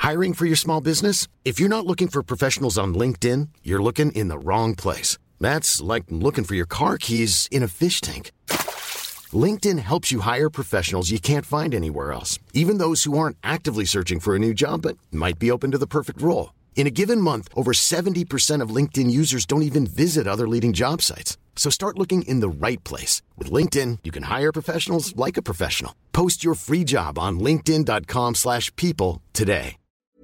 Hiring for your small business? If you're not looking for professionals on LinkedIn, you're looking in the wrong place. That's like looking for your car keys in a fish tank. LinkedIn helps you hire professionals you can't find anywhere else, even those who aren't actively searching for a new job but might be open to the perfect role. In a given month, over 70% of LinkedIn users don't even visit other leading job sites. So start looking in the right place. With LinkedIn, you can hire professionals like a professional. Post your free job on linkedin.com/people today.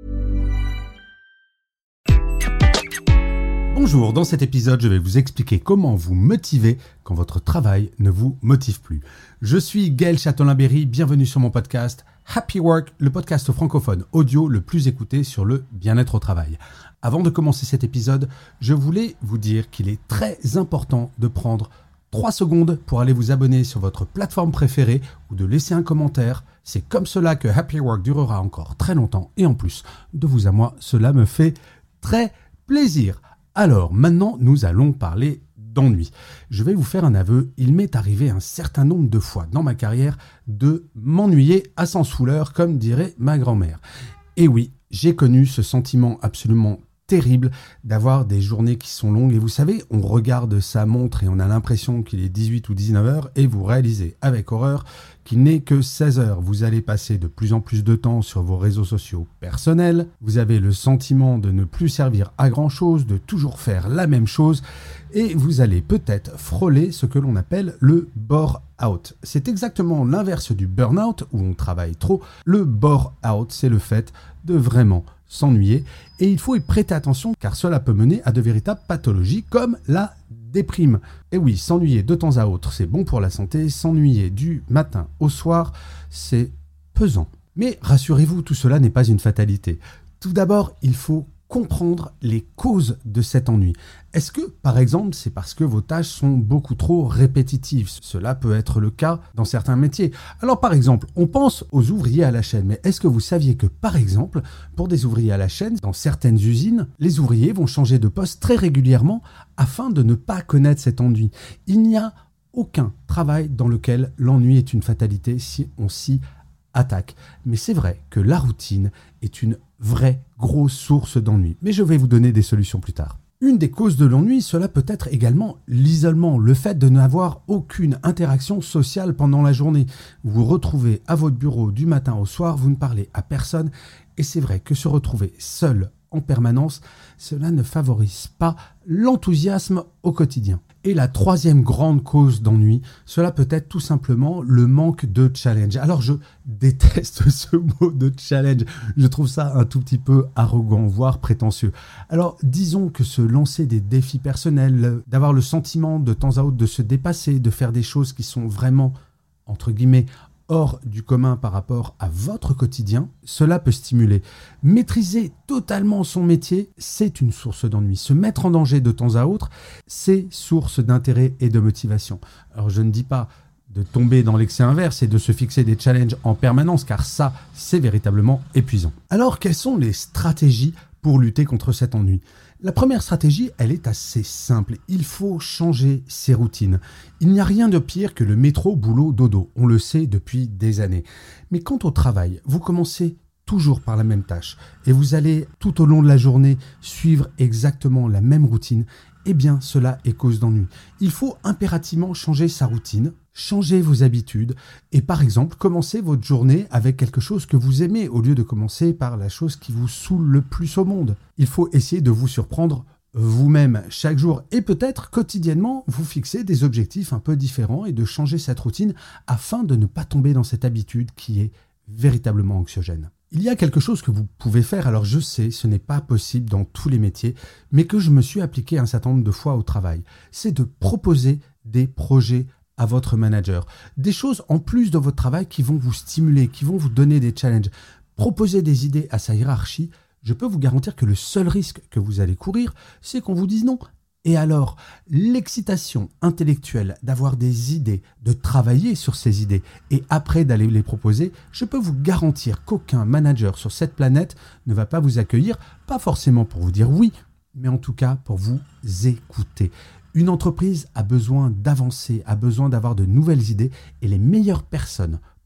Bonjour, dans cet épisode, je vais vous expliquer comment vous motiver quand votre travail ne vous motive plus. Je suis Gaël Châtelain-Berry, bienvenue sur mon podcast Happy Work, le podcast francophone audio le plus écouté sur le bien-être au travail. Avant de commencer cet épisode, je voulais vous dire qu'il est très important de prendre 3 secondes pour aller vous abonner sur votre plateforme préférée ou de laisser un commentaire. C'est comme cela que Happy Work durera encore très longtemps et en plus, de vous à moi, cela me fait très plaisir. Alors, maintenant, nous allons parler d'ennui. Je vais vous faire un aveu, il m'est arrivé un certain nombre de fois dans ma carrière de m'ennuyer à sens fouleur, comme dirait ma grand-mère. Et oui, j'ai connu ce sentiment absolument terrible d'avoir des journées qui sont longues. Et vous savez, on regarde sa montre et on a l'impression qu'il est 18 ou 19 heures et vous réalisez avec horreur qu'il n'est que 16 heures. Vous allez passer de plus en plus de temps sur vos réseaux sociaux personnels. Vous avez le sentiment de ne plus servir à grand chose, de toujours faire la même chose. Et vous allez peut-être frôler ce que l'on appelle le bore-out. C'est exactement l'inverse du burn-out où on travaille trop. Le bore-out, c'est le fait de vraiment s'ennuyer. Et il faut y prêter attention car cela peut mener à de véritables pathologies comme la déprime. Et oui, s'ennuyer de temps à autre, c'est bon pour la santé. S'ennuyer du matin au soir, c'est pesant. Mais rassurez-vous, tout cela n'est pas une fatalité. Tout d'abord, il faut comprendre les causes de cet ennui. Est-ce que, par exemple, c'est parce que vos tâches sont beaucoup trop répétitives ? Cela peut être le cas dans certains métiers. Alors, par exemple, on pense aux ouvriers à la chaîne. Mais est-ce que vous saviez que, par exemple, pour des ouvriers à la chaîne, dans certaines usines, les ouvriers vont changer de poste très régulièrement afin de ne pas connaître cet ennui ? Il n'y a aucun travail dans lequel l'ennui est une fatalité si on s'y attaque. Mais c'est vrai que la routine est une vraie grosse source d'ennui. Mais je vais vous donner des solutions plus tard. Une des causes de l'ennui, cela peut être également l'isolement, le fait de n'avoir aucune interaction sociale pendant la journée. Vous vous retrouvez à votre bureau du matin au soir, vous ne parlez à personne et c'est vrai que se retrouver seul en permanence, cela ne favorise pas l'enthousiasme au quotidien. Et la troisième grande cause d'ennui, cela peut être tout simplement le manque de challenge. Alors je déteste ce mot de challenge, je trouve ça un tout petit peu arrogant, voire prétentieux. Alors disons que se lancer des défis personnels, d'avoir le sentiment de temps à autre de se dépasser, de faire des choses qui sont vraiment, entre guillemets, hors du commun par rapport à votre quotidien, cela peut stimuler. Maîtriser totalement son métier, c'est une source d'ennui. Se mettre en danger de temps à autre, c'est source d'intérêt et de motivation. Alors je ne dis pas de tomber dans l'excès inverse et de se fixer des challenges en permanence, car ça, c'est véritablement épuisant. Alors quelles sont les stratégies pour lutter contre cet ennui ? La première stratégie, elle est assez simple. Il faut changer ses routines. Il n'y a rien de pire que le métro, boulot, dodo. On le sait depuis des années. Mais quant au travail, vous commencez toujours par la même tâche et vous allez tout au long de la journée suivre exactement la même routine. Eh bien, cela est cause d'ennui. Il faut impérativement changer sa routine, changer vos habitudes et par exemple, commencer votre journée avec quelque chose que vous aimez au lieu de commencer par la chose qui vous saoule le plus au monde. Il faut essayer de vous surprendre vous-même chaque jour et peut-être quotidiennement vous fixer des objectifs un peu différents et de changer cette routine afin de ne pas tomber dans cette habitude qui est véritablement anxiogène. Il y a quelque chose que vous pouvez faire, alors je sais, ce n'est pas possible dans tous les métiers, mais que je me suis appliqué un certain nombre de fois au travail. C'est de proposer des projets à votre manager. Des choses en plus de votre travail qui vont vous stimuler, qui vont vous donner des challenges. Proposer des idées à sa hiérarchie, je peux vous garantir que le seul risque que vous allez courir, c'est qu'on vous dise non. Et alors, l'excitation intellectuelle d'avoir des idées, de travailler sur ces idées et après d'aller les proposer, je peux vous garantir qu'aucun manager sur cette planète ne va pas vous accueillir, pas forcément pour vous dire oui, mais en tout cas pour vous écouter. Une entreprise a besoin d'avancer, a besoin d'avoir de nouvelles idées et les meilleures personnes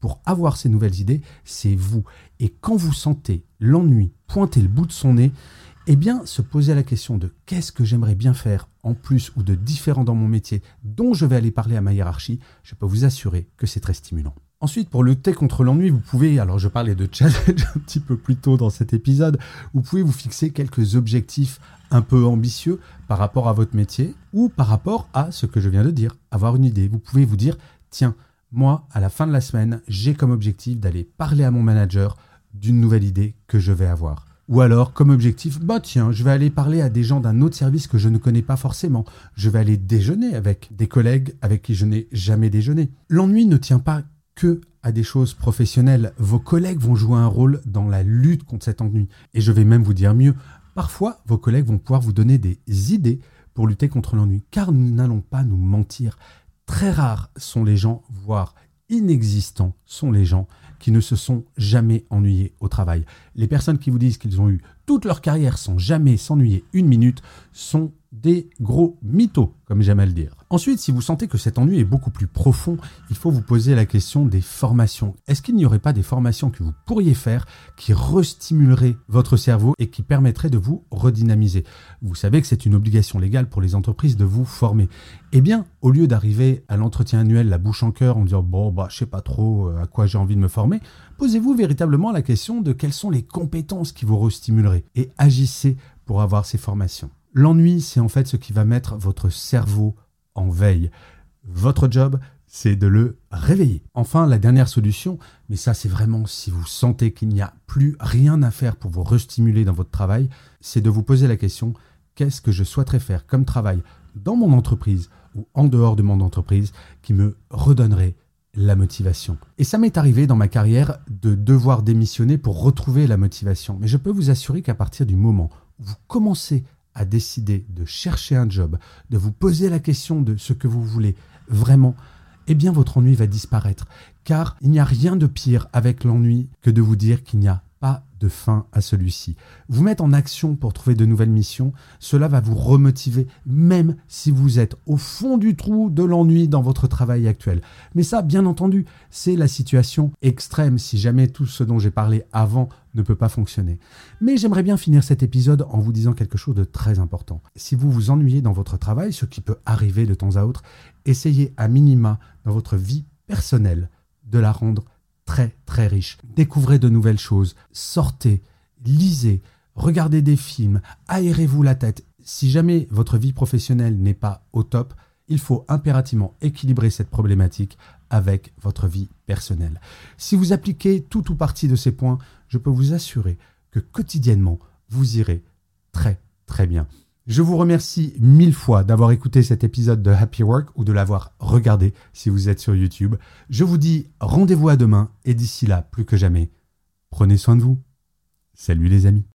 pour avoir ces nouvelles idées, c'est vous. Et quand vous sentez l'ennui pointer le bout de son nez, eh bien, se poser la question de qu'est-ce que j'aimerais bien faire en plus ou de différent dans mon métier dont je vais aller parler à ma hiérarchie, je peux vous assurer que c'est très stimulant. Ensuite, pour lutter contre l'ennui, vous pouvez, alors je parlais de challenge un petit peu plus tôt dans cet épisode, vous pouvez vous fixer quelques objectifs un peu ambitieux par rapport à votre métier ou par rapport à ce que je viens de dire, avoir une idée. Vous pouvez vous dire, tiens, moi, à la fin de la semaine, j'ai comme objectif d'aller parler à mon manager d'une nouvelle idée que je vais avoir. Ou alors, comme objectif, tiens, je vais aller parler à des gens d'un autre service que je ne connais pas forcément. Je vais aller déjeuner avec des collègues avec qui je n'ai jamais déjeuné. L'ennui ne tient pas que à des choses professionnelles. Vos collègues vont jouer un rôle dans la lutte contre cet ennui. Et je vais même vous dire mieux, parfois, vos collègues vont pouvoir vous donner des idées pour lutter contre l'ennui. Car nous n'allons pas nous mentir. Très rares sont les gens, voire inexistants sont les gens qui ne se sont jamais ennuyés au travail. Les personnes qui vous disent qu'ils ont eu toute leur carrière sans jamais s'ennuyer une minute sont des gros mythos, comme j'aime à le dire. Ensuite, si vous sentez que cet ennui est beaucoup plus profond, il faut vous poser la question des formations. Est-ce qu'il n'y aurait pas des formations que vous pourriez faire qui restimuleraient votre cerveau et qui permettraient de vous redynamiser ? Vous savez que c'est une obligation légale pour les entreprises de vous former. Eh bien, au lieu d'arriver à l'entretien annuel la bouche en cœur en disant « je sais pas trop à quoi j'ai envie de me former », posez-vous véritablement la question de quelles sont les compétences qui vous restimuleraient et agissez pour avoir ces formations. L'ennui, c'est en fait ce qui va mettre votre cerveau en veille. Votre job, c'est de le réveiller. Enfin, la dernière solution, mais ça c'est vraiment si vous sentez qu'il n'y a plus rien à faire pour vous restimuler dans votre travail, c'est de vous poser la question, qu'est-ce que je souhaiterais faire comme travail dans mon entreprise ou en dehors de mon entreprise qui me redonnerait la motivation. Et ça m'est arrivé dans ma carrière de devoir démissionner pour retrouver la motivation. Mais je peux vous assurer qu'à partir du moment où vous commencez à décider de chercher un job, de vous poser la question de ce que vous voulez vraiment, eh bien votre ennui va disparaître. Car il n'y a rien de pire avec l'ennui que de vous dire qu'il n'y a pas de fin à celui-ci. Vous mettre en action pour trouver de nouvelles missions, cela va vous remotiver même si vous êtes au fond du trou de l'ennui dans votre travail actuel. Mais ça, bien entendu, c'est la situation extrême si jamais tout ce dont j'ai parlé avant ne peut pas fonctionner. Mais j'aimerais bien finir cet épisode en vous disant quelque chose de très important. Si vous vous ennuyez dans votre travail, ce qui peut arriver de temps à autre, essayez à minima dans votre vie personnelle de la rendre très très riche. Découvrez de nouvelles choses, sortez, lisez, regardez des films, aérez-vous la tête. Si jamais votre vie professionnelle n'est pas au top, il faut impérativement équilibrer cette problématique avec votre vie personnelle. Si vous appliquez tout ou partie de ces points, je peux vous assurer que quotidiennement, vous irez très très bien. Je vous remercie 1000 fois d'avoir écouté cet épisode de Happy Work ou de l'avoir regardé si vous êtes sur YouTube. Je vous dis rendez-vous à demain et d'ici là, plus que jamais, prenez soin de vous. Salut les amis.